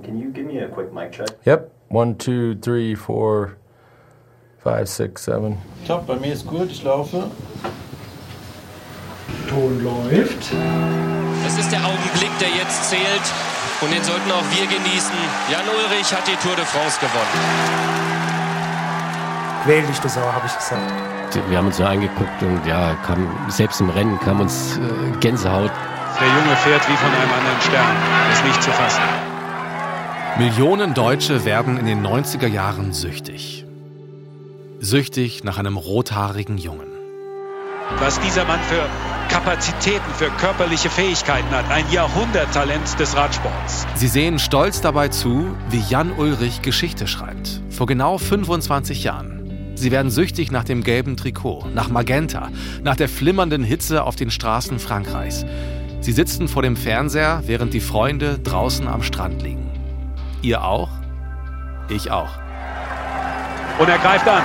can you give me a quick mic check? Yep. 1, 2, 3, 4, 5, 6, 7. Top, bei mir ist gut, ich laufe. Ton läuft. Es ist der Augenblick, der jetzt zählt. Und den sollten auch wir genießen. Jan Ullrich hat die Tour de France gewonnen. Quäl dich, du Sau, habe ich gesagt. Wir haben uns nur angeguckt und selbst im Rennen kam uns Gänsehaut. Der Junge fährt wie von einem anderen Stern. Das ist nicht zu fassen. Millionen Deutsche werden in den 90er Jahren süchtig. Süchtig nach einem rothaarigen Jungen. Was dieser Mann für Kapazitäten, für körperliche Fähigkeiten hat. Ein Jahrhunderttalent des Radsports. Sie sehen stolz dabei zu, wie Jan Ullrich Geschichte schreibt. Vor genau 25 Jahren. Sie werden süchtig nach dem gelben Trikot, nach Magenta, nach der flimmernden Hitze auf den Straßen Frankreichs. Sie sitzen vor dem Fernseher, während die Freunde draußen am Strand liegen. Ihr auch? Ich auch. Und er greift an.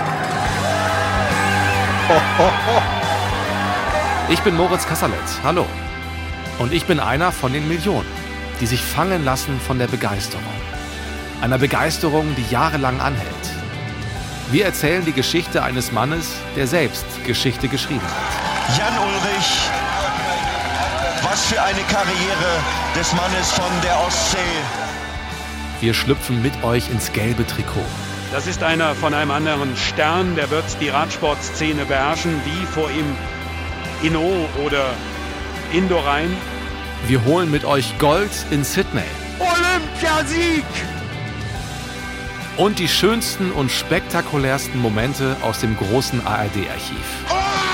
Ich bin Moritz Kasserlet, hallo. Und ich bin einer von den Millionen, die sich fangen lassen von der Begeisterung. Einer Begeisterung, die jahrelang anhält. Wir erzählen die Geschichte eines Mannes, der selbst Geschichte geschrieben hat. Jan Ullrich, was für eine Karriere des Mannes von der Ostsee. Wir schlüpfen mit euch ins gelbe Trikot. Das ist einer von einem anderen Stern, der wird die Radsportszene beherrschen, wie vor ihm Hinault oder Indurain. Wir holen mit euch Gold in Sydney. Olympiasieg! Und die schönsten und spektakulärsten Momente aus dem großen ARD-Archiv.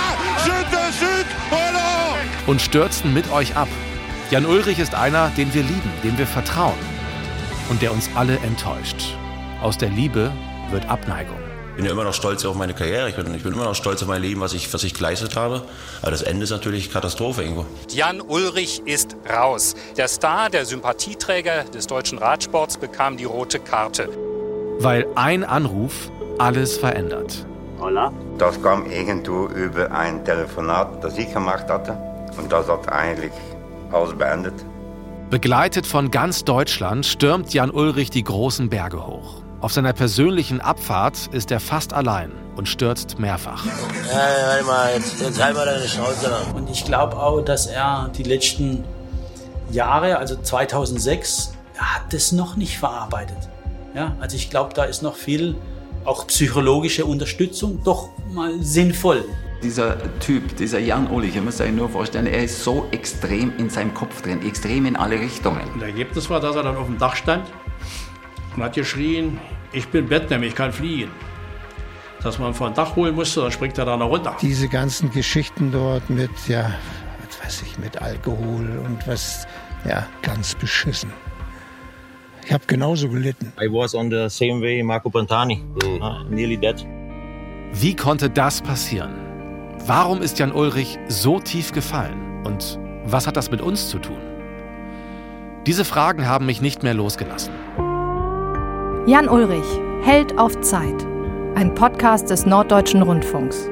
Und stürzen mit euch ab. Jan Ullrich ist einer, den wir lieben, dem wir vertrauen. Und der uns alle enttäuscht. Aus der Liebe wird Abneigung. Ich bin ja immer noch stolz auf meine Karriere. Ich bin immer noch stolz auf mein Leben, was ich geleistet habe. Aber das Ende ist natürlich Katastrophe irgendwo. Jan Ullrich ist raus. Der Star, der Sympathieträger des deutschen Radsports, bekam die rote Karte. Weil ein Anruf alles verändert. Hola. Das kam irgendwo über ein Telefonat, das ich gemacht hatte. Und das hat eigentlich alles beendet. Begleitet von ganz Deutschland stürmt Jan Ullrich die großen Berge hoch. Auf seiner persönlichen Abfahrt ist er fast allein und stürzt mehrfach. Warte mal, jetzt halt mal deine Schnauze. Und ich glaube auch, dass er die letzten Jahre, also 2006, er hat das noch nicht verarbeitet. Ja, also ich glaube, da ist noch viel, auch psychologische Unterstützung, doch mal sinnvoll. Dieser Typ, dieser Jan Ullrich, ihr müsst euch nur vorstellen, er ist so extrem in seinem Kopf drin, extrem in alle Richtungen. Und das Ergebnis war, dass er dann auf dem Dach stand und hat geschrien, ich bin Batman, ich kann fliegen. Dass man von Dach holen musste, dann springt er da noch runter. Diese ganzen Geschichten dort mit, mit Alkohol und was, ganz beschissen. Ich habe genauso gelitten. I was on the same way Marco Pantani, nearly dead. Wie konnte das passieren? Warum ist Jan Ullrich so tief gefallen? Und was hat das mit uns zu tun? Diese Fragen haben mich nicht mehr losgelassen. Jan Ullrich, Held auf Zeit. Ein Podcast des Norddeutschen Rundfunks.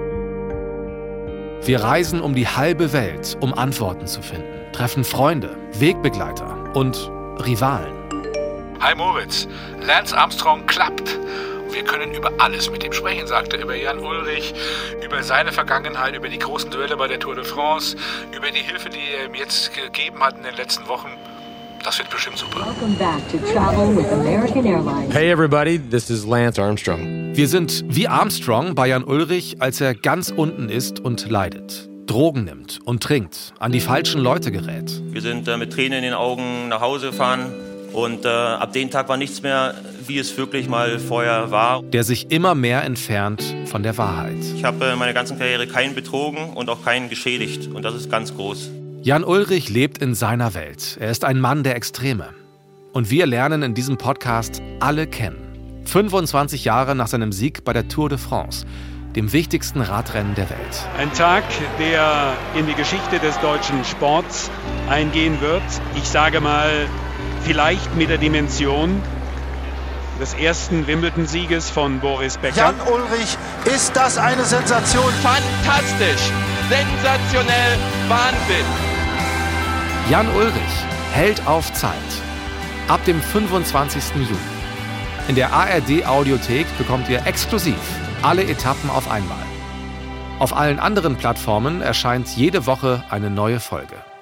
Wir reisen um die halbe Welt, um Antworten zu finden. Treffen Freunde, Wegbegleiter und Rivalen. Hi Moritz, Lance Armstrong klappt. Wir können über alles mit ihm sprechen, sagte er, über Jan Ullrich, über seine Vergangenheit, über die großen Duelle bei der Tour de France, über die Hilfe, die er ihm jetzt gegeben hat in den letzten Wochen. Das wird bestimmt super. Hey everybody, this is Lance Armstrong. Wir sind wie Armstrong bei Jan Ullrich, als er ganz unten ist und leidet. Drogen nimmt und trinkt, an die falschen Leute gerät. Wir sind mit Tränen in den Augen nach Hause gefahren. Und ab dem Tag war nichts mehr, wie es wirklich mal vorher war. Der sich immer mehr entfernt von der Wahrheit. Ich habe meine ganze Karriere keinen betrogen und auch keinen geschädigt. Und das ist ganz groß. Jan Ullrich lebt in seiner Welt. Er ist ein Mann der Extreme. Und wir lernen in diesem Podcast alle kennen. 25 Jahre nach seinem Sieg bei der Tour de France, dem wichtigsten Radrennen der Welt. Ein Tag, der in die Geschichte des deutschen Sports eingehen wird. Ich sage mal, vielleicht mit der Dimension des ersten Wimbledon-Sieges von Boris Becker. Jan Ullrich, ist das eine Sensation? Fantastisch, sensationell, Wahnsinn. Jan Ullrich, Held auf Zeit. Ab dem 25. Juni. In der ARD-Audiothek bekommt ihr exklusiv alle Etappen auf einmal. Auf allen anderen Plattformen erscheint jede Woche eine neue Folge.